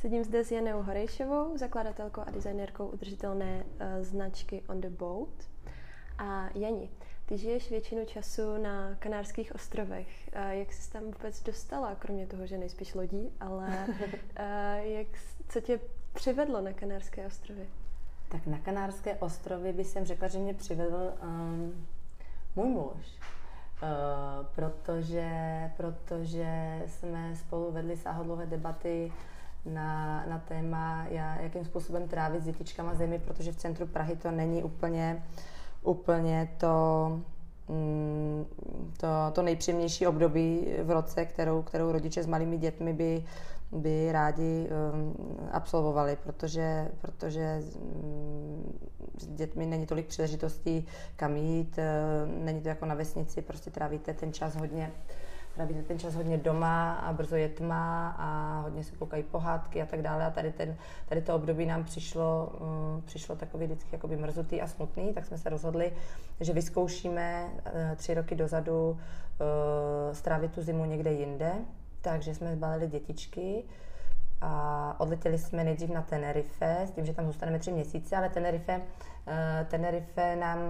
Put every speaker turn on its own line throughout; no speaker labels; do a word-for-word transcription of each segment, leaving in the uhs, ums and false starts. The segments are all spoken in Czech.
Sedím zde s Janou Horejšovou, zakladatelkou a designérkou udržitelné uh, značky On the Boat. A Jani, ty žiješ většinu času na Kanárských ostrovech. Uh, jak jsi tam vůbec dostala, kromě toho, že nejspíš lodí, ale uh, jak, co tě přivedlo na Kanárské ostrovy?
Tak na Kanárské ostrovy bych jsem řekla, že mě přivedl um, můj muž. Uh, protože, protože jsme spolu vedli sáhodlouhé debaty na, na téma, jakým způsobem trávit s dětičkama zemi, protože v centru Prahy to není úplně, úplně to, mm, to, to nejpříjemnější období v roce, kterou, kterou rodiče s malými dětmi by, by rádi um, absolvovali, protože, protože um, s dětmi není tolik příležitostí kam jít, uh, není to jako na vesnici, prostě trávíte ten čas hodně trávíte ten čas hodně doma a brzo je tma a hodně se koukají pohádky a tak dále a tady, ten, tady to období nám přišlo, um, přišlo takový vždycky jakoby mrzutý a smutný, tak jsme se rozhodli, že vyzkoušíme uh, tři roky dozadu uh, strávit tu zimu někde jinde. Takže jsme zbalili dětičky a odletěli jsme nejdřív na Tenerife s tím, že tam zůstaneme tři měsíce, ale Tenerife, Tenerife nám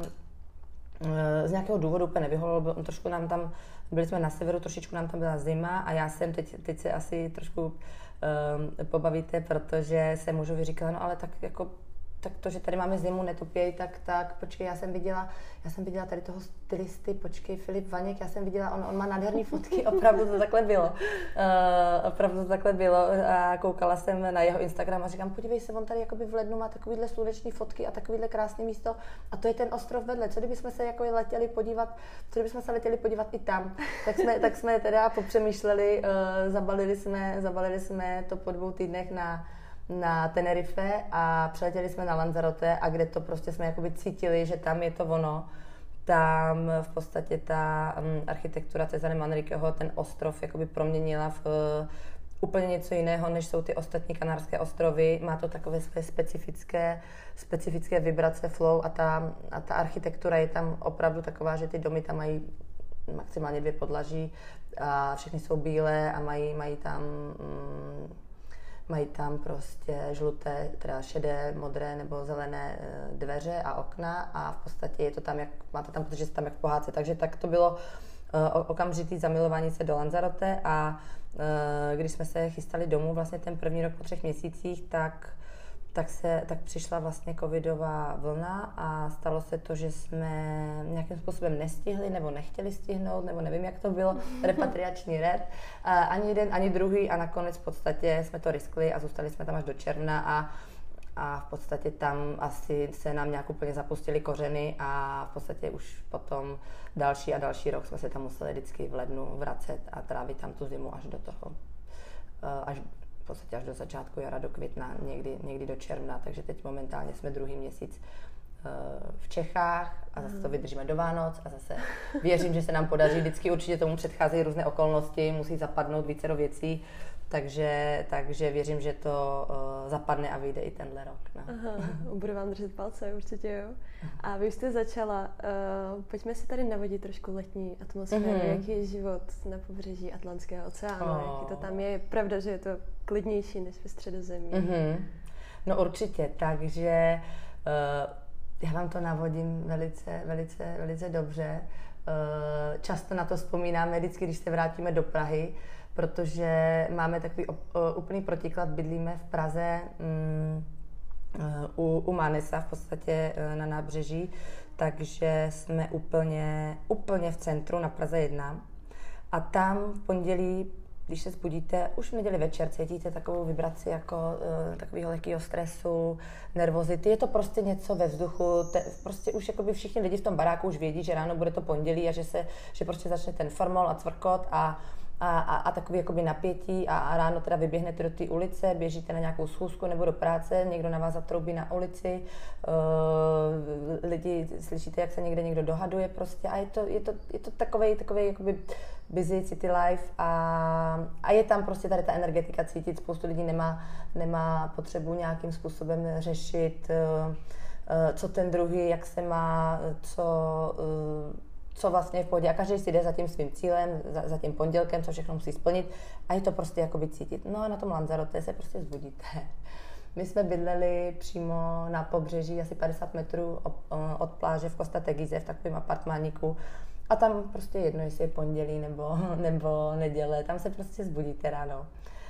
z nějakého důvodu úplně nevyhovovalo, trošku nám tam, byli jsme na severu, trošičku nám tam byla zima a já jsem, teď, teď se asi trošku um, pobavíte, protože jsem mužovi říkala, no ale tak jako tak to, že tady máme zimu, netopěj, tak, tak počkej, já jsem viděla, já jsem viděla tady toho stylisty, počkej, Filip Vaněk, já jsem viděla, on, on má nádherný fotky, opravdu to takhle bylo. Uh, opravdu to takhle bylo a koukala jsem na jeho Instagram a říkám, podívej se, on tady jakoby v lednu má takovýhle sluneční fotky a takovýhle krásné místo a to je ten ostrov vedle, co kdybychom se jako letěli podívat, co kdybychom se letěli podívat i tam. Tak jsme, tak jsme teda popřemýšleli, uh, zabalili jsme, zabalili jsme to po dvou týdnech na na Tenerife a přiletěli jsme na Lanzarote a kde to prostě jsme jakoby cítili, že tam je to ono. Tam v podstatě ta um, architektura Cezare Manriqueho ten ostrov jakoby proměnila v uh, úplně něco jiného, než jsou ty ostatní Kanárské ostrovy. Má to takové své specifické, specifické vibrace, flow a ta, a ta architektura je tam opravdu taková, že ty domy tam mají maximálně dvě podlaží a všechny jsou bílé a mají, mají tam um, Mají tam prostě žluté, teda šedé, modré nebo zelené dveře a okna a v podstatě je to tam, jak, máte tam, protože jste tam jak v pohádce. Takže tak to bylo uh, okamžitý zamilování se do Lanzarote a uh, když jsme se chystali domů vlastně ten první rok po třech měsících, tak tak, se, tak přišla vlastně covidová vlna a stalo se to, že jsme nějakým způsobem nestihli nebo nechtěli stihnout, nebo nevím, jak to bylo, repatriační red. Ani jeden, ani druhý a nakonec v podstatě jsme to riskli a zůstali jsme tam až do června a, a v podstatě tam asi se nám nějak úplně zapustily kořeny a v podstatě už potom další a další rok jsme se tam museli vždycky v lednu vracet a trávit tam tu zimu až do toho, až v podstatě až do začátku jara, do května, někdy, někdy do června, takže teď momentálně jsme druhý měsíc uh, v Čechách a zase to vydržíme do Vánoc a zase věřím, že se nám podaří, vždycky určitě tomu předcházejí různé okolnosti, musí zapadnout vícero věcí, takže, takže věřím, že to uh, zapadne a vyjde i tenhle rok. No.
Aha, budu vám držet palce, určitě jo. A vy jste začala, uh, pojďme si tady navodit trošku letní atmosféru, mm-hmm. jaký je život na pobřeží Atlantského oceánu, oh. jaký to tam je. Je pravda, že je to klidnější než ve Středozemí.
Mm-hmm. No určitě, takže uh, já vám to navodím velice, velice, velice dobře. Uh, často na to vzpomínáme vždycky, když se vrátíme do Prahy, protože máme takový op, uh, úplný protiklad, bydlíme v Praze um, uh, u, u Manesa v podstatě uh, na nábřeží, takže jsme úplně, úplně v centru na Praze jedna a tam v pondělí, když se zbudíte, už v neděli večer cítíte takovou vibraci jako uh, takového lehkého stresu, nervozity. Je to prostě něco ve vzduchu. Te, prostě už jakoby všichni lidi v tom baráku už vědí, že ráno bude to pondělí a že se, že prostě začne ten formol a cvrkot a A, a, a takový jakoby napětí a, a ráno teda vyběhnete do té ulice, běžíte na nějakou schůzku nebo do práce, někdo na vás zatroubí na ulici, uh, lidi slyšíte, jak se někde někdo dohaduje prostě a je to, je to, je to takovej, takovej jakoby busy city life a, a je tam prostě tady ta energetika cítit, spoustu lidí nemá, nemá potřebu nějakým způsobem řešit, uh, uh, co ten druhý, jak se má, co... Uh, co vlastně je v pohodě a každý si jde za tím svým cílem, za, za tím pondělkem, co všechno musí splnit a je to prostě jakoby cítit. No a na tom Lanzarote se prostě zbudíte. My jsme bydleli přímo na pobřeží, asi padesát metrů od pláže v Costa Teguise, v takovém apartmáníku. A tam prostě jedno, jestli je pondělí nebo, nebo neděle, tam se prostě zbudíte ráno.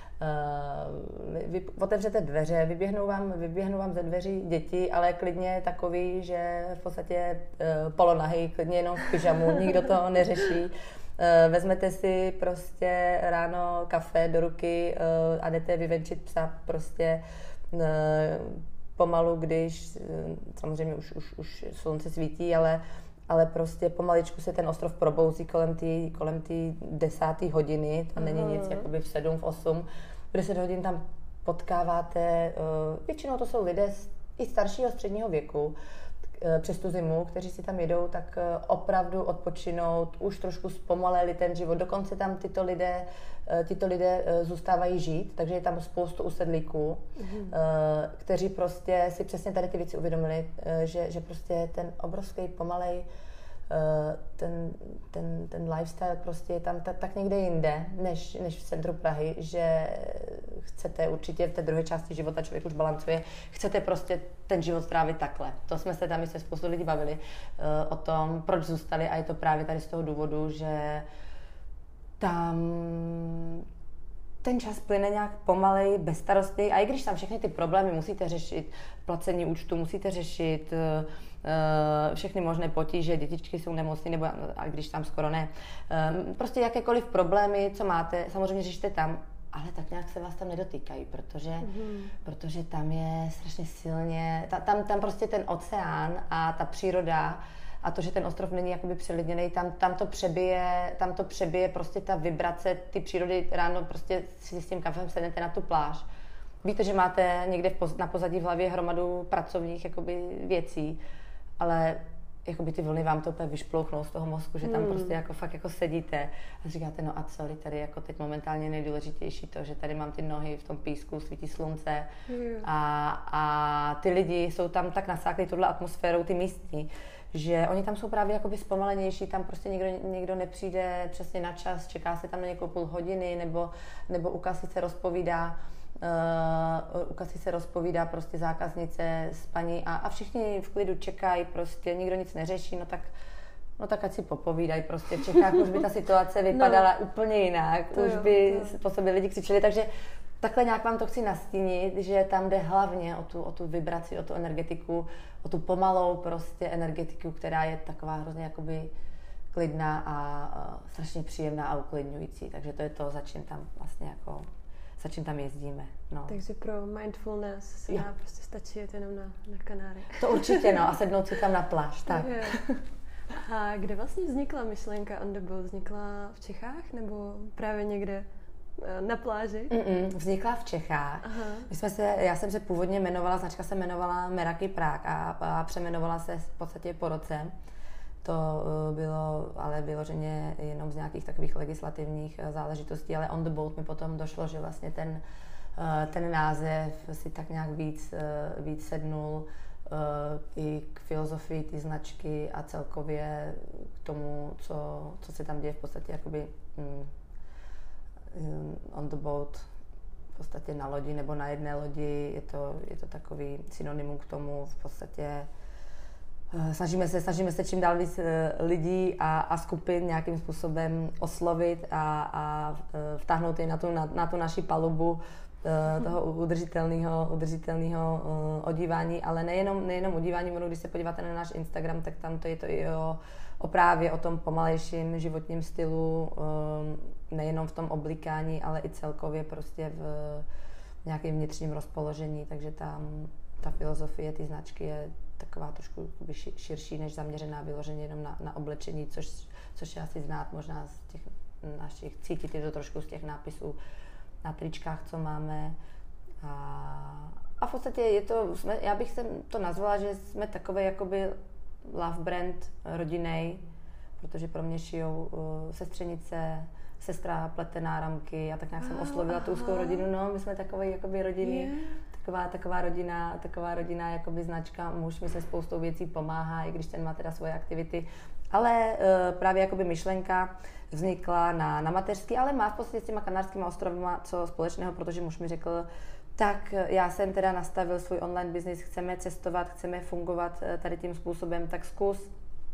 Uh, vy otevřete dveře, vyběhnou vám, vyběhnou vám ze dveří děti, ale klidně takový, že v podstatě uh, polonahý, klidně jenom v pyžamu, nikdo to neřeší. Uh, vezmete si prostě ráno kafe do ruky uh, a jdete vyvenčit psa prostě uh, pomalu, když uh, samozřejmě už, už, už slunce svítí, ale ale prostě pomaličku se ten ostrov probouzí kolem té kolem desáté hodiny, to není nic jakoby v sedm, v osm, v deset hodin tam potkáváte, většinou to jsou lidé i staršího středního věku, přes tu zimu, kteří si tam jedou, tak opravdu odpočinout, už trošku zpomalili ten život, dokonce tam tyto lidé, tyto lidé zůstávají žít, takže je tam spoustu usedlíků, mm. kteří prostě si přesně tady ty věci uvědomili, že, že prostě ten obrovský pomalej ten, ten, ten lifestyle prostě je tam tak, tak někde jinde, než, než v centru Prahy, že chcete určitě v té druhé části života, člověk už balancuje, chcete prostě ten život strávit takhle. To jsme se tam i se spoustu lidí bavili uh, o tom, proč zůstali a je to právě tady z toho důvodu, že tam ten čas plyne nějak pomalej, bezstarostný a i když tam všechny ty problémy musíte řešit, placení účtu musíte řešit, uh, všechny možné potíže, dětičky jsou nemocné, nebo a když tam skoro ne. Um, prostě jakékoliv problémy, co máte, samozřejmě řešte tam, ale tak nějak se vás tam nedotýkají, protože, mm-hmm. protože tam je strašně silně, ta, tam, tam prostě ten oceán a ta příroda a to, že ten ostrov není jakoby přelidněný, tam, tam to přebije, tam to přebije prostě ta vibrace, ty přírody, ráno prostě si s tím kafem sednete na tu pláž. Víte, že máte někde v poz, na pozadí v hlavě hromadu pracovních jakoby věcí, ale jakoby ty vlny vám to úplně vyšplouchnou z toho mozku, že tam hmm. prostě jako fakt jako sedíte a říkáte, no a co, tady jako teď momentálně nejdůležitější to, že tady mám ty nohy v tom písku, svítí slunce hmm. a, a ty lidi jsou tam tak nasáklí touhle atmosférou, ty místní, že oni tam jsou právě jakoby zpomalenější, tam prostě někdo, někdo nepřijde přesně na čas, čeká se tam na někoho půl hodiny, nebo, nebo u kasy se rozpovídá, uh, u kasy se rozpovídá prostě zákaznice s paní a, a všichni v klidu čekají, prostě nikdo nic neřeší, no tak No tak ať si popovídají prostě, v Čechách už by ta situace vypadala no, úplně jinak, už jo, by to. po sobě lidi křičeli, takže takhle nějak vám to chci nastínit, že tam jde hlavně o tu, o tu vibraci, o tu energetiku, o tu pomalou prostě energetiku, která je taková hrozně jakoby klidná a, a strašně příjemná a uklidňující, takže to je to, za čím tam vlastně jako, za čím tam jezdíme. No.
Takže pro mindfulness se dá prostě stačí jet jenom na, na Kanáry.
To určitě, no, a sednout si tam na pláž, tak.
A kde vlastně vznikla myšlenka On the Boat? Vznikla v Čechách nebo právě někde na pláži?
Mm-mm, vznikla v Čechách. Aha. My jsme se, já jsem se původně jmenovala, značka se jmenovala Meraki Prague a, a přeměnovala se v podstatě po roce. To uh, bylo ale vyloženě jenom z nějakých takových legislativních uh, záležitostí, ale On the Boat mi potom došlo, že vlastně ten, uh, ten název si tak nějak víc, uh, víc sednul Uh, i k filozofii ty značky a celkově k tomu, co, co se tam děje v podstatě jakoby mm, on the boat, v podstatě na lodi nebo na jedné lodi, je to, je to takový synonymum k tomu, v podstatě uh, snažíme se, snažíme se čím dál víc uh, lidí a, a skupin nějakým způsobem oslovit a, a uh, vtáhnout je na tu, na, na tu naši palubu toho udržitelného, udržitelného uh, odívání, ale nejenom, nejenom udívání, když se podíváte na náš Instagram, tak tam to je to i o, o právě o tom pomalejším životním stylu, um, nejenom v tom oblikání, ale i celkově prostě v, v nějakém vnitřním rozpoložení, takže tam ta filozofie ty značky je taková trošku širší, než zaměřená vyloženě jenom na, na oblečení, což, což je asi znát možná z těch našich, cítit je to trošku z těch nápisů na tričkách, co máme. A, a v podstatě je to, jsme, já bych se to nazvala, že jsme takový jakoby love brand rodinnej, protože pro mě šijou uh, sestřenice, sestra plete náramky a tak nějak jsem oslovila tu úzkou rodinu, no, my jsme takový jakoby rodiny, taková, taková rodina, taková rodina, jakoby značka, muž mi se spoustou věcí pomáhá, i když ten má teda svoje aktivity. Ale uh, právě jakoby myšlenka vznikla na, na mateřský, ale má v podstatě s těma Kanárskýma ostrovama co společného, protože muž mi řekl, tak já jsem teda nastavil svůj online business, chceme cestovat, chceme fungovat tady tím způsobem, tak zkus,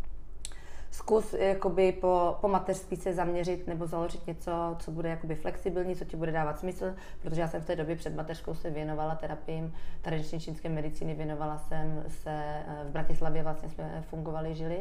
zkus jakoby po, po mateřský se zaměřit nebo založit něco, co bude jakoby flexibilní, co ti bude dávat smysl, protože já jsem v té době před mateřskou se věnovala terapiím tradiční čínské medicíny, věnovala jsem se v Bratislavě, vlastně jsme fungovali, žili.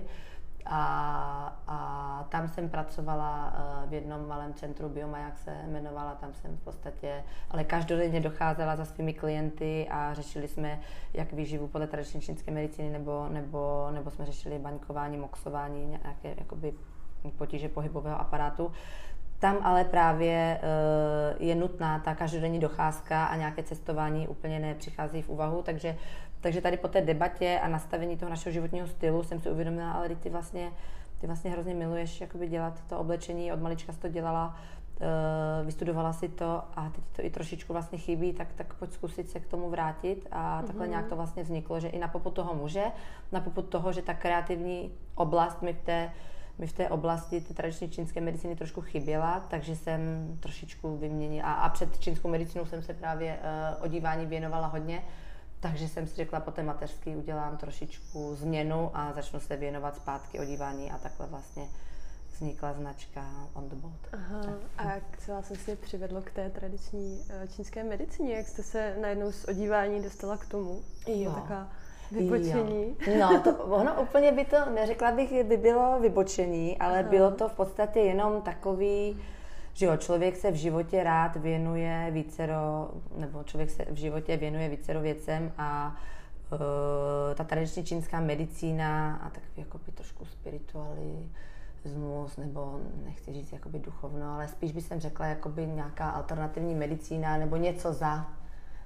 A, a tam jsem pracovala v jednom malém centru, Bioma, jak se jmenovala, tam jsem v podstatě, ale každodenně docházela za svými klienty a řešili jsme jak výživu podle tradiční čínské medicíny, nebo, nebo, nebo jsme řešili baňkování, moxování, nějaké jakoby potíže pohybového aparátu. Tam ale právě je nutná ta každodenní docházka a nějaké cestování úplně nepřichází v úvahu, takže Takže tady po té debatě a nastavení toho našeho životního stylu jsem si uvědomila, ale ty vlastně, ty vlastně hrozně miluješ jakoby dělat to oblečení, od malička jsi to dělala, vystudovala si to a teď to i trošičku vlastně chybí, tak, tak pojď zkusit se k tomu vrátit a takhle mm-hmm. nějak to vlastně vzniklo, že i na popud toho muže, na popud toho, že ta kreativní oblast mi v té, mi v té oblasti té tradiční čínské medicíny trošku chyběla, takže jsem trošičku vyměnila a, a před čínskou medicínou jsem se právě uh, odívání věnovala hodně. Takže jsem si řekla, po té mateřský udělám trošičku změnu a začnu se věnovat zpátky odívání a takhle vlastně vznikla značka On The Boat.
Aha, a jak se vás vlastně přivedlo k té tradiční čínské medicíně? Jak jste se najednou z odívání dostala k tomu?
Jo.
Taková vybočení.
Jo. No, to, ono úplně by to, neřekla bych, by bylo vybočení, ale Aha. bylo to v podstatě jenom takový, že jo, člověk se v životě rád věnuje vícero, nebo člověk se v životě věnuje vícero věcem a uh, ta tradiční čínská medicína a takový jakoby trošku spiritualismus, nebo nechci říct jakoby duchovno, ale spíš bych jsem řekla jakoby nějaká alternativní medicína nebo něco za uh,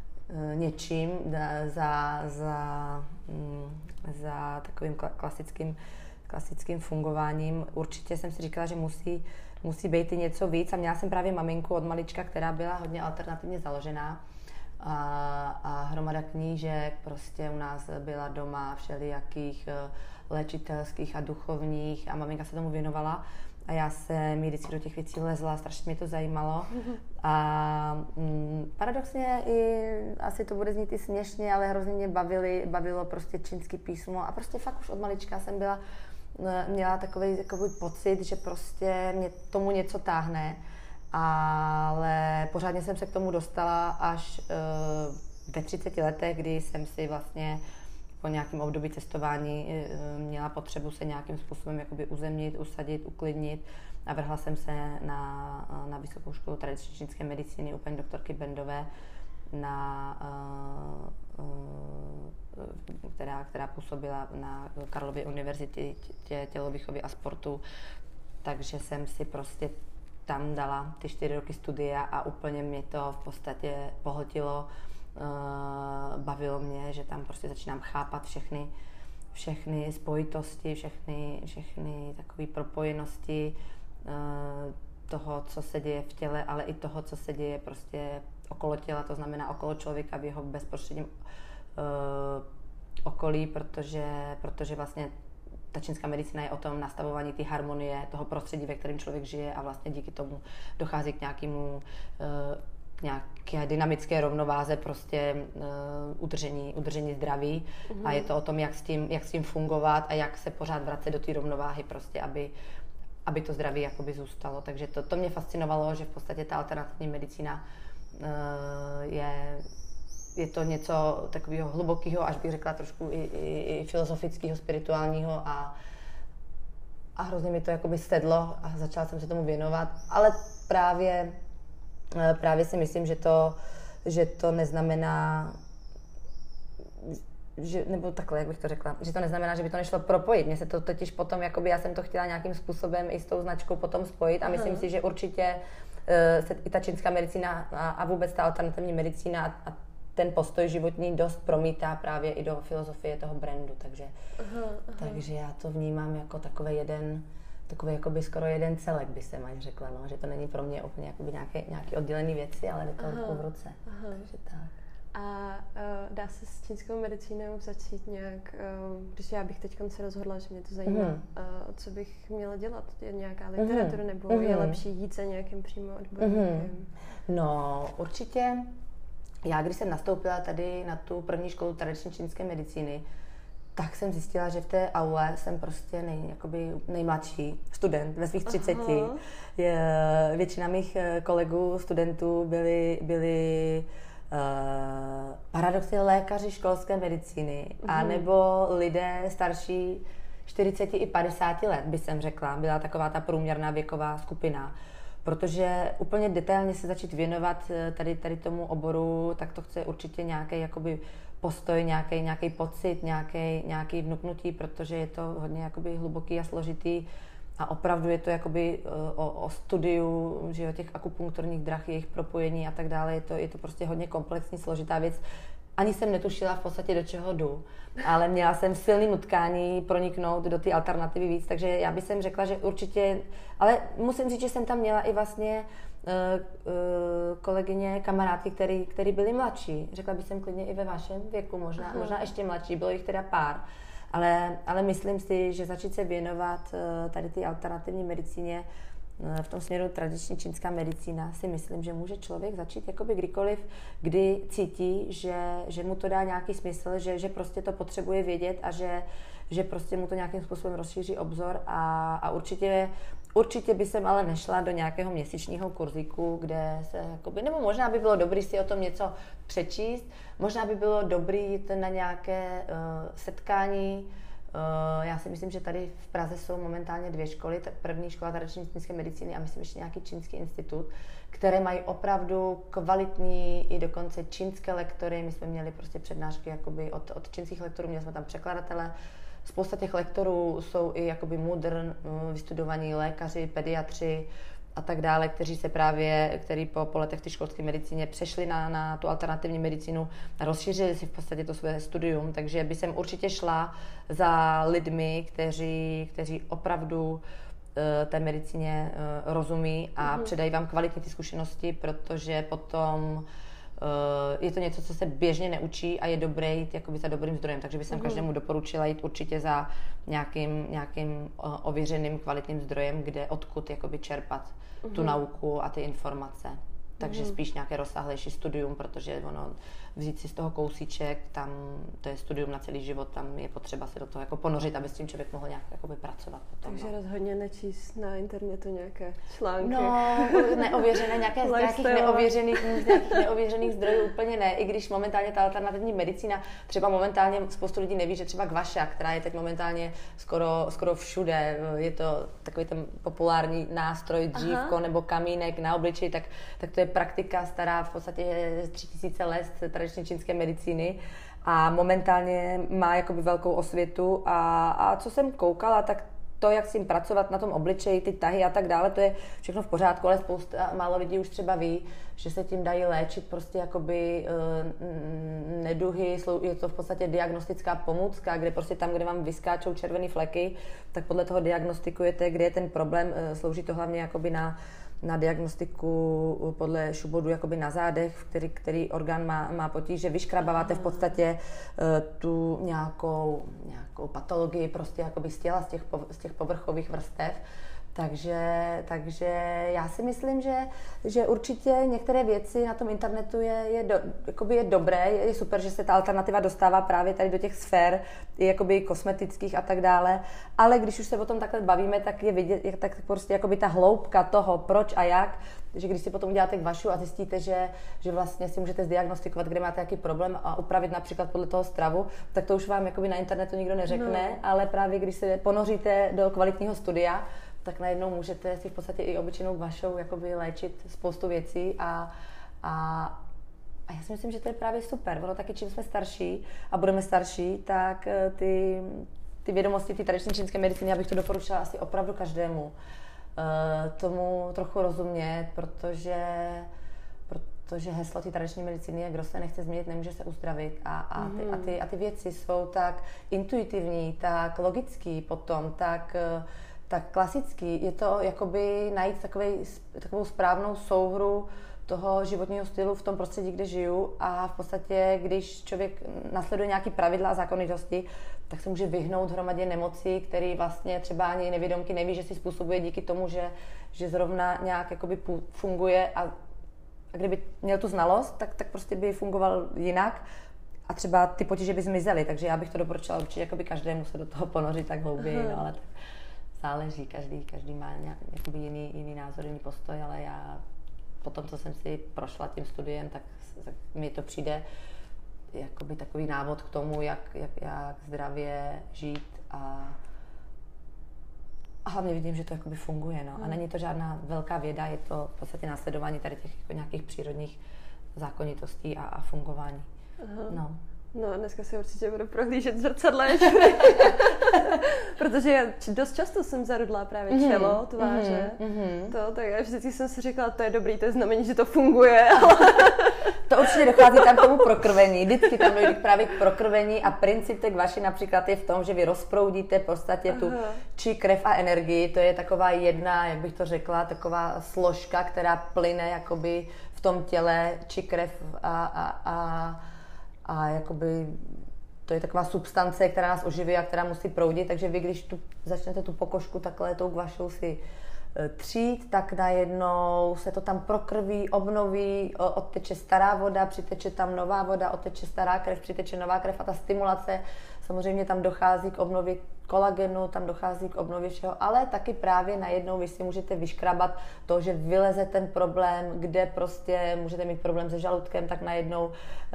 něčím, za, za, um, za takovým klasickým, klasickým fungováním. Určitě jsem si říkala, že musí musí být i něco víc a měla jsem právě maminku od malička, která byla hodně alternativně založená a, a hromada knížek prostě u nás byla doma všelijakých léčitelských a duchovních a maminka se tomu věnovala a já jsem vždycky do těch věcí lezla, strašně mě to zajímalo a mm, paradoxně i, asi to bude znít i směšně, ale hrozně mě bavili, bavilo prostě čínský písmo a prostě fakt už od malička jsem byla měla takový, takový pocit, že prostě mě tomu něco táhne, ale pořádně jsem se k tomu dostala až uh, ve třiceti letech, kdy jsem si vlastně po nějakém období cestování uh, měla potřebu se nějakým způsobem jakoby uzemnit, usadit, uklidnit a vrhla jsem se na, na Vysokou školu tradiční čínské medicíny u paní doktorky Bendové, na uh, uh, Která, která působila na Karlově univerzitě tě, tělovýchovy a sportu, takže jsem si prostě tam dala ty čtyři roky studia a úplně mě to v podstatě pohltilo, uh, bavilo mě, že tam prostě začínám chápat všechny, všechny spojitosti, všechny, všechny takové propojenosti uh, toho, co se děje v těle, ale i toho, co se děje prostě okolo těla, to znamená okolo člověka v jeho bezprostředním uh, okolí, protože, protože vlastně ta čínská medicína je o tom nastavování té harmonie, toho prostředí, ve kterém člověk žije a vlastně díky tomu dochází k nějakému uh, nějaké dynamické rovnováze, prostě uh, udržení, udržení zdraví mm-hmm. a je to o tom, jak s tím, jak s tím fungovat a jak se pořád vracet do té rovnováhy, prostě, aby, aby to zdraví jakoby zůstalo. Takže to, to mě fascinovalo, že v podstatě ta alternativní medicína uh, je Je to něco takového hlubokého, až bych řekla trošku i, i, i filozofického, spirituálního a, a hrozně mi to jakoby sedlo a začala jsem se tomu věnovat, ale právě, právě si myslím, že to, že to neznamená, že, nebo takhle, jak bych to řekla, že to neznamená, že by to nešlo propojit. Mně se to totiž potom, jakoby já jsem to chtěla nějakým způsobem i s tou značkou potom spojit a myslím Aha. si, že určitě uh, se i ta čínská medicína a, a vůbec ta alternativní medicína a ten postoj životní dost promítá právě i do filozofie toho brandu, takže, aha, aha. takže já to vnímám jako takový jeden, takový jakoby skoro jeden celek, by se maň řekla, no, že to není pro mě úplně jakoby nějaké, nějaké oddělené věci, ale jde to ruku v ruce. Aha. Takže tak.
A uh, dá se s čínskou medicínou začít nějak, uh, když já bych teď se rozhodla, že mě to zajímá, mm. uh, co bych měla dělat? Je nějaká literatura, mm. nebo mm. je lepší jít za nějakým přímo odborníkem? Mm.
No, určitě. Já, když jsem nastoupila tady na tu první školu tradiční čínské medicíny, tak jsem zjistila, že v té aule jsem prostě nej, jakoby nejmladší student ve svých třiceti. Je, většina mých kolegů, studentů byli, byli uh, paradoxně lékaři školské medicíny, uh-huh. anebo lidé starší čtyřicet i padesát let, by jsem řekla. Byla taková ta průměrná věková skupina. Protože úplně detailně se začít věnovat tady, tady tomu oboru, tak to chce určitě nějaký jakoby postoj, nějaký, nějaký pocit, nějaký, nějaký vnuknutí, protože je to hodně jakoby hluboký a složitý a opravdu je to jakoby o, o studiu, že jo, těch akupunkturních drah, jejich propojení a tak dále. Je to, je to prostě hodně komplexní, složitá věc. Ani jsem netušila v podstatě, do čeho jdu, ale měla jsem silný nutkání proniknout do ty alternativy víc, takže já bych jsem řekla, že určitě, ale musím říct, že jsem tam měla i vlastně uh, uh, kolegyně, kamarádky, který, který byli mladší. Řekla bych jsem klidně i ve vašem věku, možná, možná ještě mladší, bylo jich teda pár, ale, ale myslím si, že začít se věnovat uh, tady ty alternativní medicíně, v tom směru tradiční čínská medicína, si myslím, že může člověk začít jakoby kdykoliv, kdy cítí, že, že mu to dá nějaký smysl, že, že prostě to potřebuje vědět a že, že prostě mu to nějakým způsobem rozšíří obzor a, a určitě, určitě by jsem ale nešla do nějakého měsíčního kurzíku, kde se jakoby, nebo možná by bylo dobré si o tom něco přečíst, možná by bylo dobré jít na nějaké uh, setkání. Já si myslím, že tady v Praze jsou momentálně dvě školy, první škola tradiční čínské medicíny a myslím ještě nějaký čínský institut, které mají opravdu kvalitní i dokonce čínské lektory. My jsme měli prostě přednášky jakoby od, od čínských lektorů, měli jsme tam překladatele. Spousta těch lektorů jsou i jakoby modern, vystudovaní lékaři, pediatři a tak dále, kteří se právě, který po, po letech v školské medicíně přešli na, na tu alternativní medicínu a rozšířili si v podstatě to své studium, takže by jsem určitě šla za lidmi, kteří, kteří opravdu uh, té medicíně uh, rozumí a mm-hmm. předají vám kvalitní ty zkušenosti, protože potom Uh, je to něco, co se běžně neučí a je dobré jít jakoby za dobrým zdrojem, takže bych jsem mm. každému doporučila jít určitě za nějakým, nějakým uh, ověřeným kvalitním zdrojem, kde odkud jakoby čerpat mm. tu nauku a ty informace. Takže mm. spíš nějaké rozsáhlejší studium, protože ono vzít si z toho kousíček, tam to je studium na celý život, tam je potřeba se do toho jako ponořit, aby s tím člověk mohl nějak jakoby pracovat. Potom,
takže
no.
rozhodně nečíst na internetu nějaké články.
No, neověřené, nějaké z nějakých neověřených, z nějakých neověřených zdrojů úplně ne, i když momentálně ta alternativní medicína, třeba momentálně spoustu lidí neví, že třeba gvaša, která je teď momentálně skoro, skoro všude, je to takový ten populární nástroj, dřívko Aha. nebo kamínek na obličeji, tak, tak to je praktika stará v podstatě tři tisíce let tradiční čínské medicíny a momentálně má jakoby velkou osvětu a, a co jsem koukala, tak to, jak s tím pracovat na tom obličeji, ty tahy a tak dále, to je všechno v pořádku, ale spousta, málo lidí už třeba ví, že se tím dají léčit prostě jakoby uh, neduhy, je to v podstatě diagnostická pomůcka, kde prostě tam, kde vám vyskáčou červené fleky, tak podle toho diagnostikujete, kde je ten problém, uh, slouží to hlavně jakoby na na diagnostiku podle šubodu jakoby na zádech, který, který orgán má, má potíže, vyškrabáváte v podstatě uh, tu nějakou, nějakou patologii prostě jakoby z těla, z těch, z těch povrchových vrstev. Takže, takže já si myslím, že, že určitě některé věci na tom internetu je, je, do, jakoby je dobré, je super, že se ta alternativa dostává právě tady do těch sfér, jakoby kosmetických a tak dále, ale když už se o tom takhle bavíme, tak je vidět, tak prostě jakoby ta hloubka toho, proč a jak, že když si potom uděláte kvašu a zjistíte, že, že vlastně si můžete zdiagnostikovat, kde máte jaký problém a upravit například podle toho stravu, tak to už vám jakoby na internetu nikdo neřekne, no. Ale právě když se ponoříte do kvalitního studia, tak najednou můžete si v podstatě i obyčejnou vašou jakoby léčit spoustu věcí a, a, a já si myslím, že to je právě super. Ono taky, čím jsme starší a budeme starší, tak ty, ty vědomosti, ty tradiční čínské medicíny, já bych to doporučila asi opravdu každému uh, tomu trochu rozumět, protože protože heslo té tradiční medicíny je, kdo se nechce změnit, nemůže se uzdravit a, a, ty, a, ty, a ty věci jsou tak intuitivní, tak logický potom, tak tak klasický, je to jakoby najít takovej, takovou správnou souhru toho životního stylu v tom prostředí, kde žiju a v podstatě, když člověk nasleduje nějaký pravidla a zákonitosti, tak se může vyhnout hromadě nemocí, který vlastně třeba ani nevědomky neví, že si způsobuje díky tomu, že, že zrovna nějak jakoby funguje a, a kdyby měl tu znalost, tak, tak prostě by fungoval jinak a třeba ty potíže by zmizely, takže já bych to doporučila určitě jakoby každému se do toho ponořit tak hlouběji, no, ale tak záleží, každý, každý má nějak, jakoby jiný, jiný názor, jiný postoj, ale já po tom, co jsem si prošla tím studiem, tak, tak mi to přijde jakoby takový návod k tomu, jak, jak, jak zdravě žít a, a hlavně vidím, že to jakoby funguje. No. A není to žádná velká věda, je to v podstatě následování tady těch jako nějakých přírodních zákonitostí a, a fungování. No.
No, dneska si určitě budu prohlížet zrcadle, protože já dost často jsem zarudla právě čelo, tváře, mm-hmm. to, tak já vždycky jsem si říkala, to je dobrý, to je znamení, že to funguje.
To určitě dochází tam k tomu prokrvení, vždycky tam dojde právě k prokrvení a princip té vaši například je v tom, že vy rozproudíte v podstatě tu či krev a energii, to je taková jedna, jak bych to řekla, taková složka, která plyne jakoby v tom těle, či krev a, a, a A jakoby to je taková substance, která nás oživí a která musí proudit, takže vy, když tu, začnete tu pokožku takhle tou gvašou si třít, tak najednou se to tam prokrví, obnoví, odteče stará voda, přiteče tam nová voda, odteče stará krev, přiteče nová krev a ta stimulace, samozřejmě tam dochází k obnově kolagenu, tam dochází k obnově všeho, ale taky právě najednou vy si můžete vyškrabat to, že vyleze ten problém, kde prostě můžete mít problém se žaludkem, tak najednou,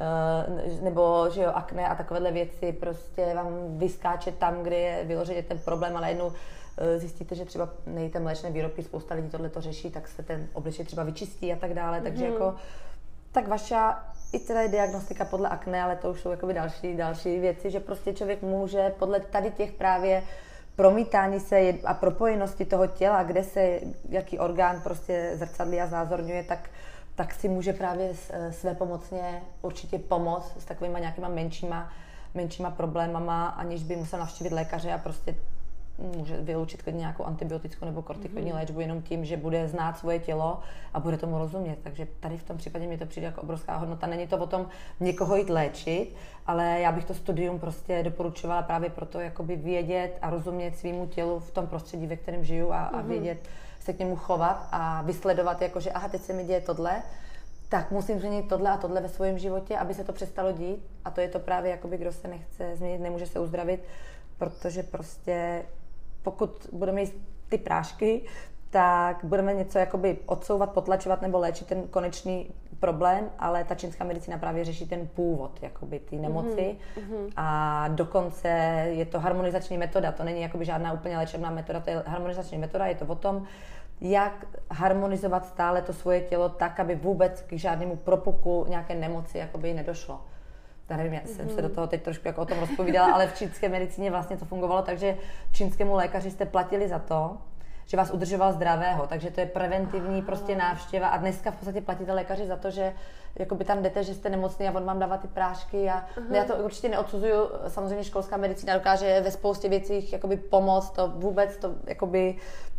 nebo že jo, akné a takovéhle věci, prostě vám vyskáče tam, kde je vyloženě ten problém a najednou zjistíte, že třeba nejíte mléčné výrobky, spousta lidí tohle to řeší, tak se ten obličej třeba vyčistí a tak dále, mm-hmm. takže jako tak vaše i teda je diagnostika podle akné, ale to už jsou jakoby další, další věci, že prostě člověk může podle tady těch právě promítání se a propojenosti toho těla, kde se jaký orgán prostě zrcadlí a znázorňuje, tak, tak si může právě své pomocně určitě pomoct s takovýma nějakýma menšíma, menšíma problémama, aniž by musel navštívit lékaře a prostě může vyloučit klidně nějakou antibiotickou nebo kortikoidní mm-hmm. léčbu jenom tím, že bude znát svoje tělo a bude tomu rozumět. Takže tady v tom případě mi to přijde jako obrovská hodnota. Není to o tom někoho jít léčit, ale já bych to studium prostě doporučovala právě proto, jakoby vědět a rozumět svýmu tělu v tom prostředí, ve kterém žiju a, a vědět se k němu chovat a vysledovat, jako že aha, teď se mi děje tohle, tak musím změnit tohle a tohle ve svém životě, aby se to přestalo dít. A to je to právě, jakoby, kdo se nechce změnit, nemůže se uzdravit, protože prostě pokud budeme jíst ty prášky, tak budeme něco jakoby odsouvat, potlačovat nebo léčit ten konečný problém, ale ta čínská medicína právě řeší ten původ jakoby ty nemoci mm-hmm. a dokonce je to harmonizační metoda, to není jakoby žádná úplně léčebná metoda, to je harmonizační metoda, je to o tom, jak harmonizovat stále to svoje tělo tak, aby vůbec k žádnému propuku nějaké nemoci jakoby nedošlo. Já nevím, já jsem mm-hmm. se do toho teď trošku jako o tom rozpovídala, ale v čínské medicíně vlastně to fungovalo, takže čínskému lékaři jste platili za to, že vás udržoval zdravého, takže to je preventivní Aha. prostě návštěva a dneska v podstatě platíte lékaři za to, že jakoby tam jdete, že jste nemocný a on vám dává ty prášky a uh-huh. já to určitě neodsuzuju, samozřejmě školská medicína dokáže ve spoustě věcích jakoby pomoct, to vůbec to jakoby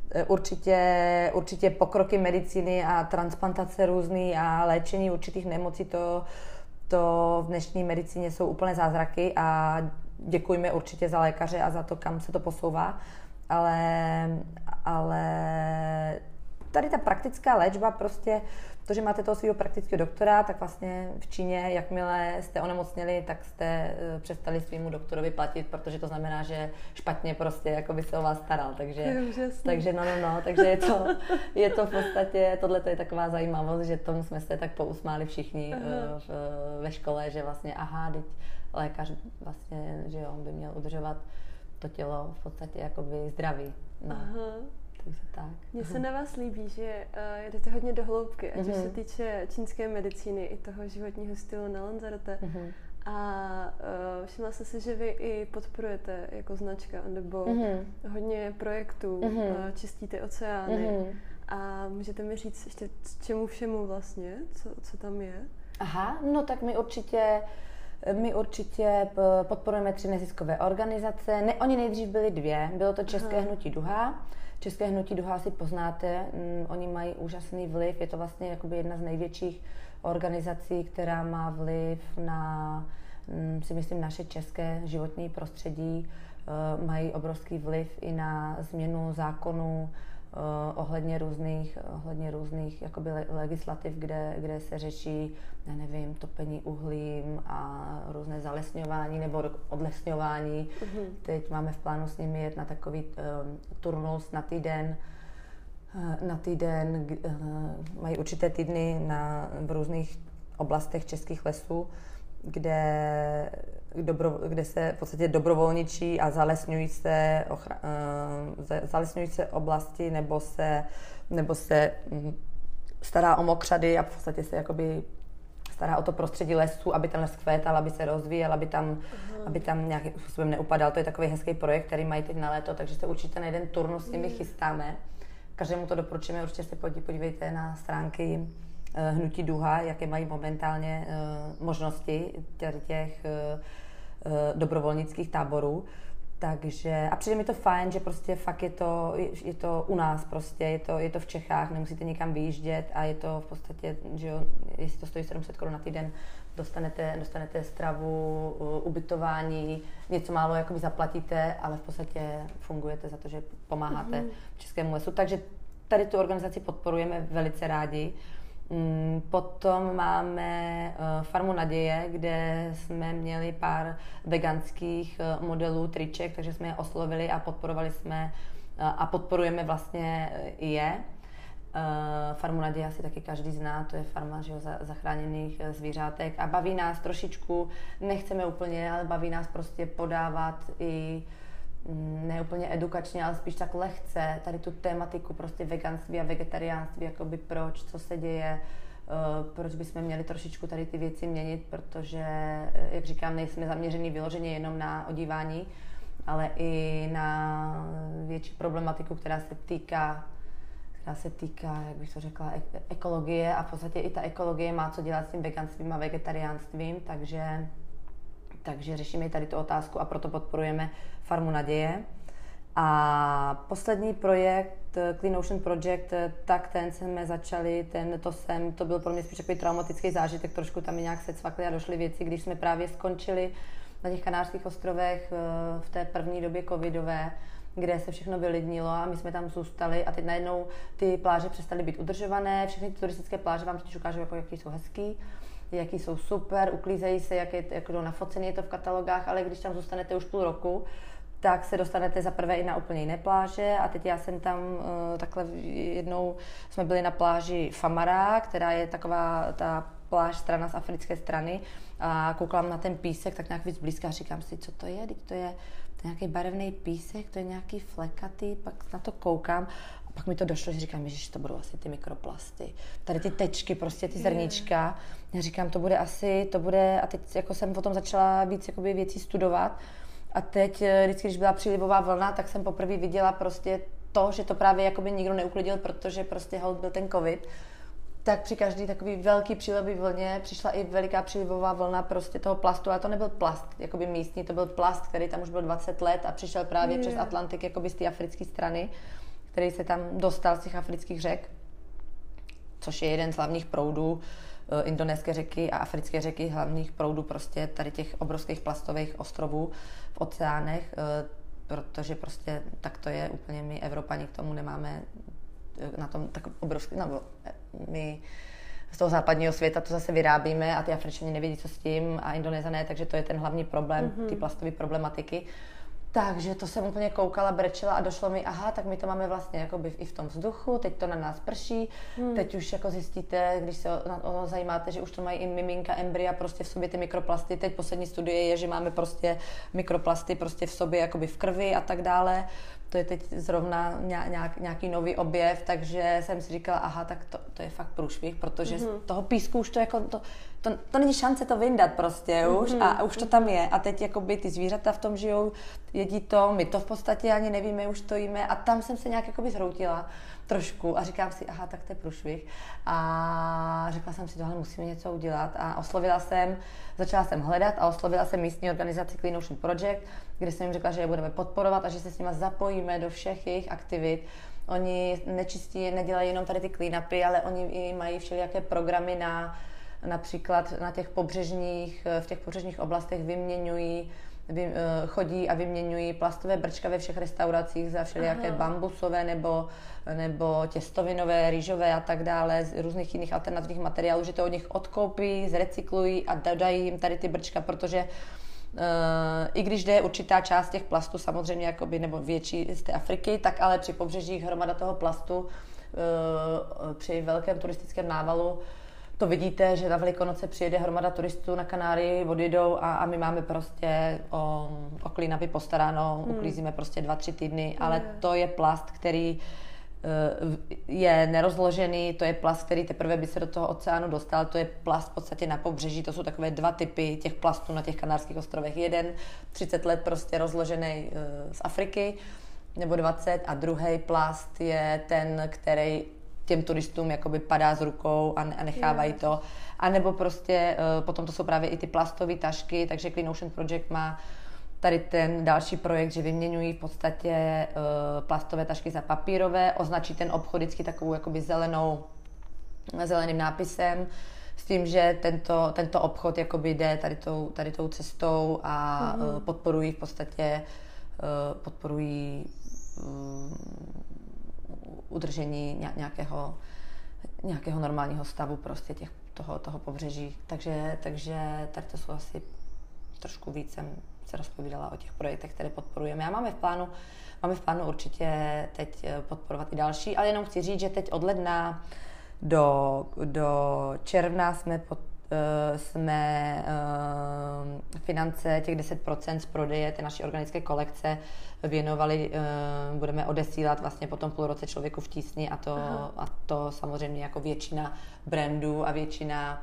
určitě, určitě pokroky medicíny a transplantace různý a léčení určitých nemocí, to to v dnešní medicíně jsou úplné zázraky a děkujeme určitě za lékaře a za to, kam se to posouvá, ale, ale tady ta praktická léčba prostě, to, že máte toho svého praktického doktora, tak vlastně v Číně, jakmile jste onemocněli, tak jste přestali svýmu doktorovi platit, protože to znamená, že špatně prostě jako by se o vás staral, takže, takže no, no, no, takže je to, je to v podstatě, tohle to je taková zajímavost, že tomu jsme se tak pousmáli všichni v, ve škole, že vlastně aha, teď lékař vlastně, že on by měl udržovat to tělo v podstatě jakoby zdravý. No.
Aha.
Takže tak.
Mně se na vás líbí, že uh, jdete hodně do hloubky, ať mm-hmm. se týče čínské medicíny i toho životního stylu na Lanzarote. Mm-hmm. A uh, všimla jsem si, že vy i podporujete jako značka On The Boat mm-hmm. hodně projektů, mm-hmm. uh, čistíte oceány. Mm-hmm. A můžete mi říct ještě čemu všemu vlastně, co, co tam je?
Aha, no tak my určitě My určitě podporujeme tři neziskové organizace. Ne, oni nejdřív byly dvě. Bylo to České Aha. hnutí Duha. České hnutí Duha si poznáte, mm, oni mají úžasný vliv. Je to vlastně jakoby jedna z největších organizací, která má vliv na, mm, si myslím, naše české životní prostředí. Uh, mají obrovský vliv i na změnu zákonů uh, ohledně různých, ohledně různých jakoby legislativ, kde, kde se řeší, já nevím, topení uhlím a různé zalesňování nebo odlesňování. Mm-hmm. Teď máme v plánu s nimi jet na takový um, turnus na týden. Uh, na týden uh, mají určité týdny na, v různých oblastech českých lesů, kde, dobro, kde se v podstatě dobrovolničí a zalesňují se, ochra, uh, zalesňují se oblasti nebo se, nebo se um, stará o mokřady a v podstatě se jakoby stará o to prostředí lesů, aby ten les kvétal, aby se rozvíjel, aby tam, uh-huh. aby tam nějakým způsobem neupadal. To je takový hezký projekt, který mají teď na léto, takže se určitě na jeden turnus s nimi uh-huh. chystáme. Každému to doporučíme, určitě se podívejte na stránky Hnutí Duha, jaké mají momentálně uh, možnosti těch uh, uh, dobrovolnických táborů. Takže, a přijde mi to fajn, že prostě fakt je to, je, je to u nás prostě, je to, je to v Čechách, nemusíte nikam vyjíždět a je to v podstatě, že jo, jestli to stojí sedm set korun na týden, dostanete, dostanete stravu, uh, ubytování, něco málo jakoby zaplatíte, ale v podstatě fungujete za to, že pomáháte mm-hmm. Českému lesu. Takže tady tu organizaci podporujeme velice rádi. Potom máme Farmu naděje, kde jsme měli pár veganských modelů triček, takže jsme je oslovili a podporovali jsme a podporujeme vlastně i je. Farmu naděje asi taky každý zná, to je farma, že jo, zachráněných zvířátek a baví nás trošičku, nechceme úplně, ale baví nás prostě podávat i ne úplně edukačně, ale spíš tak lehce tady tu tématiku prostě veganství a vegetariánství, jakoby proč, co se děje, uh, proč bychom měli trošičku tady ty věci měnit, protože, jak říkám, nejsme zaměření vyloženě jenom na odívání, ale i na větší problematiku, která se týká, která se týká, jak bych to řekla, e- ekologie a v podstatě i ta ekologie má co dělat s tím veganstvím a vegetariánstvím, takže Takže řešíme tady tu otázku a proto podporujeme Farmu naděje. A poslední projekt, Clean Ocean Project, tak ten jsme začali, ten, to jsem, to byl pro mě spíš takový traumatický zážitek, trošku tam nějak se cvakly a došly věci, když jsme právě skončili na těch Kanárských ostrovech v té první době covidové, kde se všechno vylidnilo a my jsme tam zůstali a teď najednou ty pláže přestaly být udržované, všechny ty turistické pláže vám totiž ukážou, jako, jaký jsou hezký, jaký jsou super, uklízejí se, jak je jako nafocený je to v katalogách, ale když tam zůstanete už půl roku, tak se dostanete za prvé i na úplně jiné pláže a teď já jsem tam uh, takhle jednou jsme byli na pláži Famara, která je taková ta pláž strana z africké strany a koukám na ten písek tak nějak víc blízka a říkám si, co to je, teď to je, to je nějaký barevný písek, to je nějaký flekatý, pak na to koukám. Pak mi to došlo, že říkám, že to budou asi ty mikroplasty. Tady ty tečky, prostě ty zrnička. Já říkám, to bude asi, to bude, a teď jako jsem potom začala víc jakoby věcí studovat. A teď vždycky, když byla přílivová vlna, tak jsem poprvé viděla prostě to, že to právě jakoby nikdo neuklidil, protože prostě hold byl ten covid. Tak při každý takový velký přílivové vlně přišla i veliká přílivová vlna prostě toho plastu, ale to nebyl plast jakoby místní, to byl plast, který tam už byl dvacet let a přišel právě je. přes Atlantik jakoby z té africké strany, který se tam dostal z těch afrických řek, což je jeden z hlavních proudů, indonéské řeky a africké řeky, hlavních proudů prostě tady těch obrovských plastových ostrovů v oceánech, protože prostě tak to je úplně, my Evropani k tomu nemáme na tom tak obrovský, no, my z toho západního světa to zase vyrábíme a ty Afričani nevědí, co s tím a Indonézané, takže to je ten hlavní problém, mm-hmm. ty plastové problematiky. Takže to jsem úplně koukala, brečela a došlo mi, aha, tak my to máme vlastně jakoby i v tom vzduchu, teď to na nás prší, hmm. teď už jako zjistíte, když se o, o zajímáte, že už to mají i miminka, embrya, prostě v sobě ty mikroplasty, teď poslední studie je, že máme prostě mikroplasty prostě v sobě jakoby v krvi a tak dále. To je teď zrovna nějak, nějaký nový objev, takže jsem si říkala, aha, tak to, to je fakt průšvih, protože hmm. z toho písku už to jako, to, to, to není šance to vyndat prostě už
Mhm.
a už to tam je. A teď jakoby ty zvířata v tom žijou, jedí to, my to v podstatě ani nevíme, už to jíme a tam jsem se nějak jakoby zhroutila trošku a říkám si, aha, tak to je průšvih. A řekla jsem si, tohle musíme něco udělat a oslovila jsem, začala jsem hledat a oslovila jsem místní organizaci Clean Ocean Project, kde jsem jim řekla, že je budeme podporovat a že se s nimi zapojíme do všech jejich aktivit. Oni nečistí, nedělají jenom tady ty clean-upy, ale oni i mají všelijaké programy na například na těch pobřežních, v těch pobřežních oblastech vyměňují, vy, chodí a vyměňují plastové brčka ve všech restauracích za všelijaké
Aha.
bambusové nebo, nebo těstovinové, rýžové a tak dále, z různých jiných alternativních materiálů, že to od nich odkoupí, zrecyklují a dodají jim tady ty brčka, protože Uh, i když jde určitá část těch plastů, samozřejmě jakoby, nebo větší z té Afriky, tak ale při pobřežích hromada toho plastu uh, při velkém turistickém návalu to vidíte, že na Velikonoce přijede hromada turistů na Kanárii, odjedou a, a my máme prostě o, o clean-upy postaráno, hmm. uklízíme prostě dva, tři týdny, ale
Hmm.
to je plast, který je nerozložený, to je plast, který teprve by se do toho oceánu dostal, to je plast v podstatě na pobřeží, to jsou takové dva typy těch plastů na těch Kanárských ostrovech. Jeden třicet let prostě rozložený z Afriky, nebo dvacet, a druhý plast je ten, který těm turistům jakoby padá z rukou a nechávají to. A nebo prostě potom to jsou právě i ty plastové tašky, takže Clean Ocean Project má tady ten další projekt, že vyměňují v podstatě uh, plastové tašky za papírové, označí ten obchod vždycky takovou jakoby zelenou, zeleným nápisem, s tím, že tento, tento obchod jakoby jde tady tou, tady tou cestou a mm-hmm. uh, podporují v podstatě uh, podporují um, udržení nějakého, nějakého normálního stavu prostě těch, toho, toho pobřeží. Takže, takže tady to jsou asi trošku víc jsem se rozpovídala o těch projektech, které podporujeme. A máme v plánu, máme v plánu určitě teď podporovat i další, ale jenom chci říct, že teď od ledna do, do června jsme, pod, uh, jsme uh, finance těch deset procent z prodeje té naší organické kolekce věnovali, uh, budeme odesílat vlastně po tom půl roce Člověku v tísni a to, a to samozřejmě jako většina brandů a většina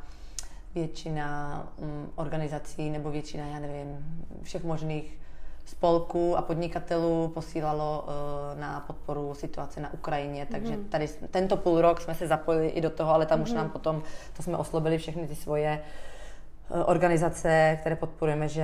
většina um, organizací nebo většina, já nevím, všech možných spolků a podnikatelů posílalo uh, na podporu situace na Ukrajině, takže mm-hmm. tady tento půl rok jsme se zapojili i do toho, ale tam mm-hmm. už nám potom, to jsme oslovili všechny ty svoje uh, organizace, které podporujeme, že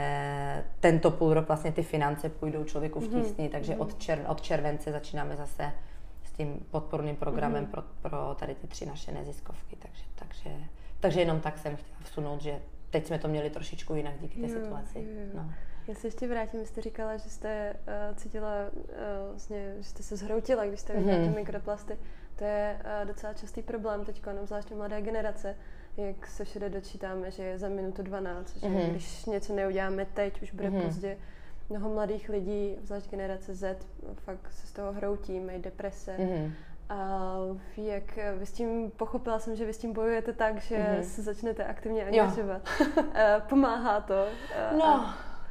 tento půl rok vlastně ty finance půjdou Člověku v tísni, mm-hmm. takže mm-hmm. od, čer, od července začínáme zase s tím podporným programem mm-hmm. pro, pro tady ty tři naše neziskovky, takže, takže Takže jenom tak jsem chtěla vsunout, že teď jsme to měli trošičku jinak díky té
jo,
situaci.
Jo, jo.
No.
Já se ještě vrátím, jste říkala, že jste uh, cítila, uh, vlastně, že jste se zhroutila, když jste viděla mm-hmm. ty mikroplasty. To je uh, docela častý problém teď, zvláště mladé generace, jak se všude dočítáme, že je za minutu dvanáct, že mm-hmm. když něco neuděláme teď, už bude mm-hmm. pozdě. Mnoho mladých lidí, zvlášť generace Z, fakt se z toho hroutí, mají deprese. Mm-hmm. A jak vy s tím, pochopila jsem, že vy s tím bojujete tak, že mm-hmm. se začnete aktivně angažovat. Pomáhá to?
No,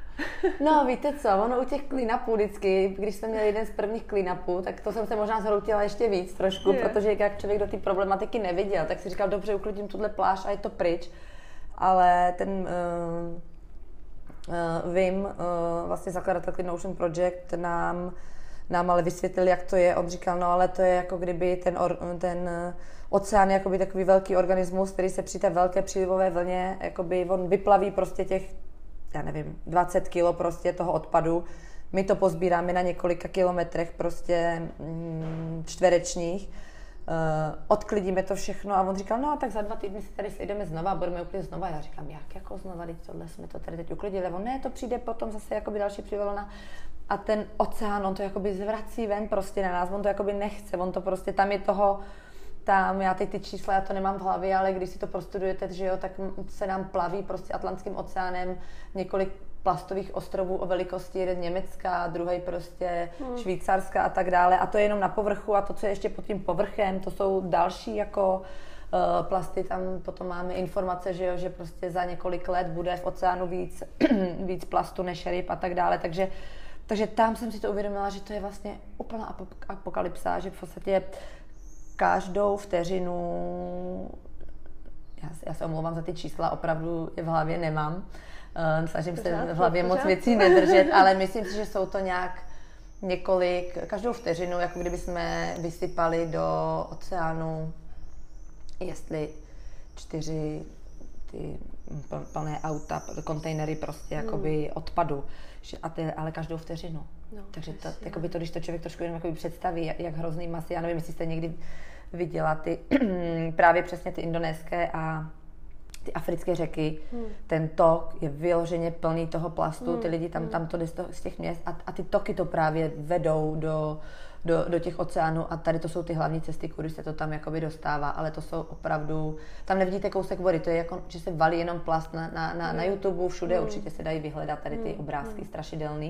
no, víte co, ono u těch clean-upů vždycky, když jsem měl jeden z prvních clean-upů, tak to jsem se možná zhroutila ještě víc trošku, je. Protože jak člověk do té problematiky neviděl, tak si říkal, dobře, uklidím tuhle pláž a je to pryč. Ale ten uh, uh, Wim, uh, vlastně zakladatel Clean Ocean Project, nám nám ale vysvětlil, jak to je. On říkal, no ale to je jako kdyby ten, or, ten oceán je jakoby takový velký organismus, který se při té velké přílivové vlně, jakoby on vyplaví prostě těch, já nevím, dvacet kilo prostě toho odpadu. My to pozbíráme na několika kilometrech prostě mm, čtverečních. Uh, odklidíme to všechno a on říkal, no a tak za dva týdny si tady sejdeme znova a budeme uklidit znova. Já říkám, jak jako znova, teď tohle jsme to tady teď uklidili. On, ne, to přijde potom zase jakoby další přívalna. A ten oceán, on to jakoby zvrací ven prostě na nás, on to jakoby nechce, on to prostě, tam je toho, tam, já teď ty čísla, já to nemám v hlavě, ale když si to prostudujete, že jo, tak se nám plaví prostě Atlantským oceánem několik plastových ostrovů o velikosti, jeden Německa, druhý prostě hmm. Švýcarská a tak dále. A to je jenom na povrchu a to, co je ještě pod tím povrchem, to jsou další jako uh, plasty. Tam potom máme informace, že jo, že prostě za několik let bude v oceánu víc, víc plastu než ryb a tak dále. Takže, takže tam jsem si to uvědomila, že to je vlastně úplná apokalypsa, že v podstatě každou vteřinu já, já se omlouvám za ty čísla, opravdu je v hlavě nemám. Uh, snažím
pořád,
se v hlavě
pořád.
moc věcí nedržet, ale myslím si, že jsou to nějak několik, každou vteřinu, jako kdyby jsme vysypali do oceánu, jestli čtyři ty plné auta, kontejnery prostě hmm. jakoby odpadu, a ty, ale každou vteřinu.
No,
takže to,
jasně,
jakoby to, když to člověk trošku jenom představí, jak, jak hrozný masy, já nevím, jestli jste někdy viděla ty právě přesně ty indonéské a ty africké řeky, hmm. ten tok je vyloženě plný toho plastu, hmm. ty lidi tam, tam to jde z těch měst a, a ty toky to právě vedou do, do, do těch oceánů a tady to jsou ty hlavní cesty, kudy se to tam jakoby dostává, ale to jsou opravdu, tam nevidíte kousek vody, to je jako, že se valí jenom plast na, na, na, hmm. na YouTube, všude hmm. určitě se dají vyhledat tady ty obrázky hmm. strašidelný,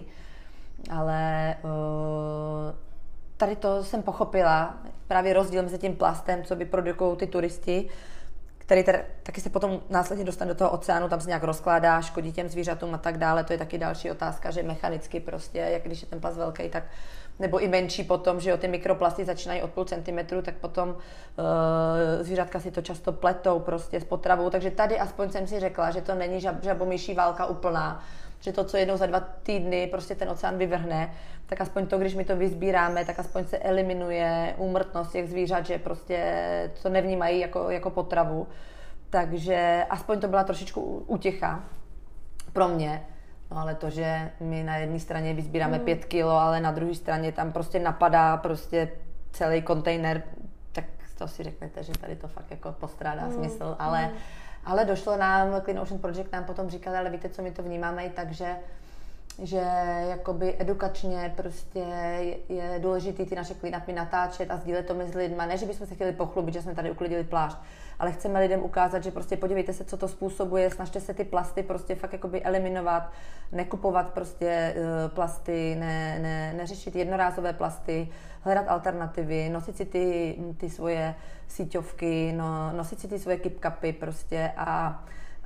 ale uh, tady to jsem pochopila, právě rozdíl mezi tím plastem, co vyprodukují ty turisti, který teda, taky se potom následně dostane do toho oceánu, tam se nějak rozkládá, škodí těm zvířatům a tak dále. To je taky další otázka, že mechanicky prostě, jak když je ten plast velký, tak nebo i menší potom, že jo, ty mikroplasty začínají od půl centimetru, tak potom uh, zvířatka si to často pletou prostě s potravou. Takže tady aspoň jsem si řekla, že to není žab, žabomyší válka úplná, že to, co jednou za dva týdny prostě ten oceán vyvrhne, tak aspoň to, když my to vysbíráme, tak aspoň se eliminuje úmrtnost těch zvířat, že prostě to nevnímají jako, jako potravu. Takže aspoň to byla trošičku útěcha pro mě. No ale to, že my na jedné straně vysbíráme mm. pět kilo, ale na druhé straně tam prostě napadá prostě celý kontejner, tak to si řeknete, že tady to fakt jako postrádá mm. smysl, ale mm. Ale došlo nám, Clean Ocean Project nám potom říkali, ale víte, co my to vnímáme i tak, že, že jakoby edukačně prostě je důležitý ty naše clean-upy natáčet a sdílet to mezi lidma. Ne, že bychom se chtěli pochlubit, že jsme tady uklidili plášť, ale chceme lidem ukázat, že prostě podívejte se, co to způsobuje, snažte se ty plasty prostě fakt jakoby eliminovat, nekupovat prostě uh, plasty, ne, ne, neřešit jednorázové plasty, hledat alternativy, nosit si ty, ty svoje síťovky, no, nosit si ty svoje kipkapy prostě a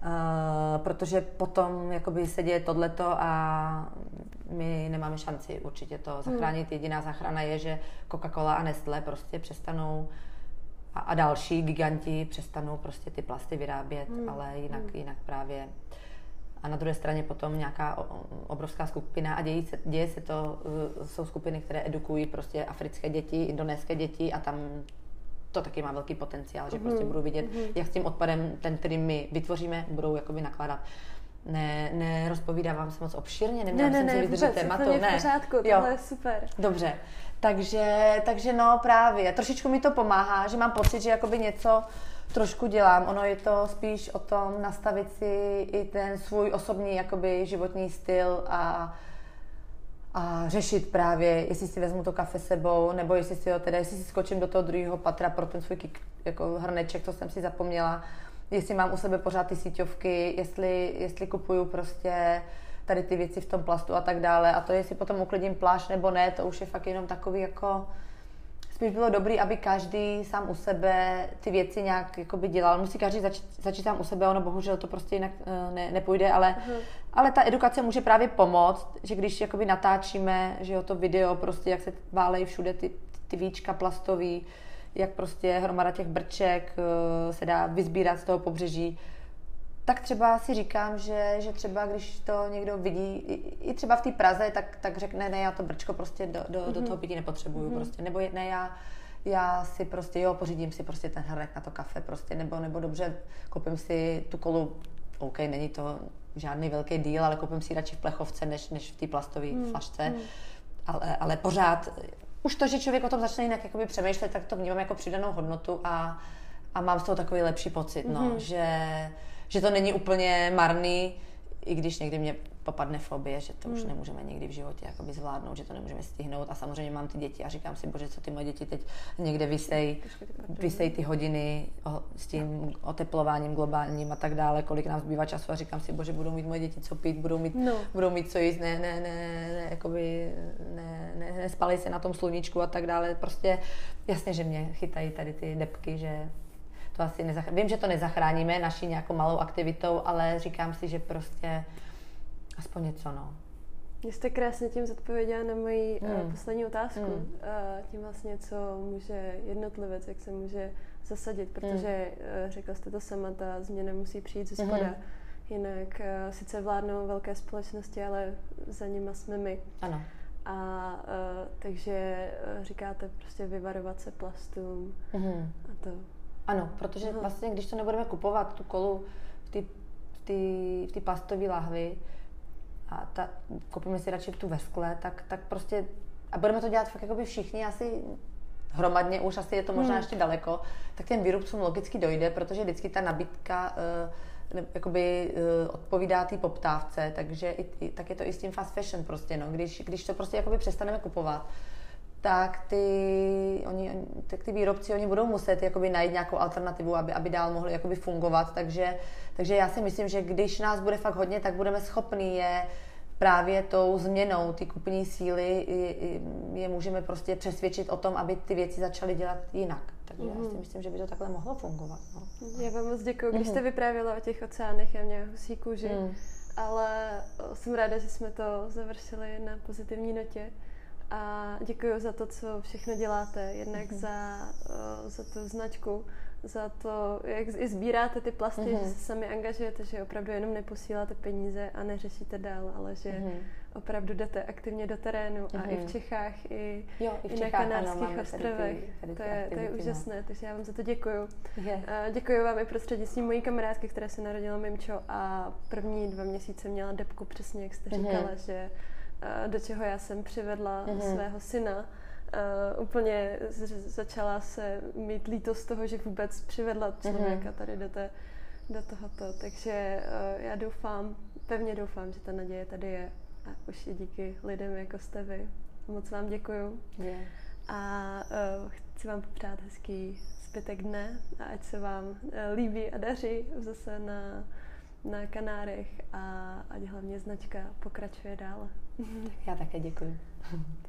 uh, protože potom jakoby se děje tohleto a my nemáme šanci určitě to zachránit. Jediná záchrana je, že Coca-Cola a Nestlé prostě přestanou a, a další giganti přestanou prostě ty plasty vyrábět, hmm. ale jinak, hmm. jinak právě. A na druhé straně potom nějaká obrovská skupina a děje se, děje se to, jsou skupiny, které edukují prostě africké děti, indonéské děti a tam to taky má velký potenciál, že mm-hmm. prostě budou vidět, mm-hmm. jak s tím odpadem, ten, který my vytvoříme, budou jakoby nakládat. Ne, nerozpovídávám se moc obšírně, neměla
ne,
jsem
ne,
si vydržet tématu.
Ne, v pořádku, tohle je super.
Dobře, takže, takže no právě, trošičku mi to pomáhá, že mám pocit, že jakoby něco trošku dělám. Ono je to spíš o tom nastavit si i ten svůj osobní jakoby životní styl a a řešit právě, jestli si vezmu to kafe sebou, nebo jestli si ho teda, jestli si skočím do toho druhého patra pro ten svůj kik, jako hrneček, to jsem si zapomněla, jestli mám u sebe pořád ty síťovky, jestli, jestli kupuju prostě tady ty věci v tom plastu a tak dále. A to, jestli potom uklidím plášť nebo ne, to už je fakt jenom takový jako... Spíš bylo dobrý, aby každý sám u sebe ty věci nějak jakoby dělal. Musí každý začít, začít sám u sebe, ono bohužel to prostě jinak ne, nepůjde, ale, uh-huh. ale ta edukace může právě pomoct, že když jakoby natáčíme, že jo, to video, prostě jak se válejí všude ty, ty víčka plastový, jak prostě hromada těch brček se dá vysbírat z toho pobřeží, tak třeba si říkám, že, že třeba když to někdo vidí, i, i třeba v té Praze, tak, tak řekne, ne, já to brčko prostě do, do, mm-hmm. do toho pití nepotřebuju, mm-hmm. prostě, nebo ne, já, já si prostě, jo, pořídím si prostě ten hrnek na to kafe, prostě, nebo, nebo dobře, koupím si tu kolu, OK, není to žádný velký díl, ale koupím si radši v plechovce, než, než v té plastové mm-hmm. flašce, ale, ale pořád, už to, že člověk o tom začne jinak jakoby přemýšlet, tak to vnímám jako přidanou hodnotu a, a mám z toho takový lepší pocit, mm-hmm. no, že že to není úplně marný, i když někdy mě popadne fobie, že to už hmm. nemůžeme nikdy v životě jakoby zvládnout, že to nemůžeme stihnout a samozřejmě mám ty děti a říkám si, bože, co ty moje děti teď někde visej, visej ty hodiny o, s tím oteplováním globálním a tak dále, kolik nám zbývá času a říkám si, bože, budou mít moje děti co pít, budou mít, no. budou mít co jíst, ne, ne, ne, ne, jakoby, ne, ne, nespalej se na tom sluníčku a tak dále, prostě jasně, že mě chytají tady ty depky, že to asi nezach... Vím, že to nezachráníme naší nějakou malou aktivitou, ale říkám si, že prostě aspoň něco, no.
Vy jste krásně tím zodpověděla na moji
mm.
uh, poslední otázku.
Mm.
Uh, tím vlastně, co může jednotlivec, jak se může zasadit, protože mm. uh, řekla jste to sama, ta změna musí přijít ze spoda. Mm. Jinak uh, sice vládnou velké společnosti, ale za nima jsme my.
Ano.
A uh, takže uh, říkáte prostě vyvarovat se plastům
Mm.
a to.
Ano, protože
Aha.
vlastně, když to nebudeme kupovat, tu kolu v té v v plastové lahvi a ta, koupíme si radši tu ve skle, tak, tak prostě, a budeme to dělat fakt jakoby všichni, asi hromadně, už asi je to možná hmm. ještě daleko, tak těm výrobcům logicky dojde, protože vždycky ta nabídka uh, jakoby uh, odpovídá té poptávce, takže i, i, tak je to i s tím fast fashion prostě, no, když, když to prostě jakoby přestaneme kupovat, tak ty, oni, tak ty výrobci oni budou muset jakoby najít nějakou alternativu, aby, aby dál mohli jakoby fungovat. Takže, takže já si myslím, že když nás bude fakt hodně, tak budeme schopni je právě tou změnou ty kupní síly je, je můžeme prostě přesvědčit o tom, aby ty věci začaly dělat jinak. Takže mm-hmm. já si myslím, že by to takhle mohlo fungovat. No.
Já vám moc děkuji, když jste vyprávěla o těch oceánech, já měla husí kůži, mm. ale jsem ráda, že jsme to završili na pozitivní notě. A děkuji za to, co všechno děláte, jednak mm-hmm. za, uh, za tu značku, za to, jak i sbíráte ty plasty, mm-hmm. že se sami angažujete, že opravdu jenom neposíláte peníze a neřešíte dál, ale že mm-hmm. opravdu jdete aktivně do terénu mm-hmm. a i v Čechách, i,
jo, i, v
i
Čechách,
na Kanárských
ano,
ostrovech.
Tady ty, tady ty
to, je, to je úžasné, no. Takže já vám za to děkuju.
Yeah.
Uh, děkuji vám i prostřednictvím mojí kamarádky, které se narodila Mimčo a první dva měsíce měla debku, přesně jak jste říkala, mm-hmm. že do čeho já jsem přivedla mm-hmm. svého syna. Uh, úplně z- začala se mít lítost z toho, že vůbec přivedla člověka mm-hmm. tady do, té, do tohoto. Takže uh, já doufám, pevně doufám, že ta naděje tady je. A už i díky lidem, jako jste vy. Moc vám děkuju.
Yeah.
A uh, chci vám popřát hezký zbytek dne a ať se vám uh, líbí a daří zase na na Kanárech a ať hlavně značka pokračuje dále.
Já také děkuji.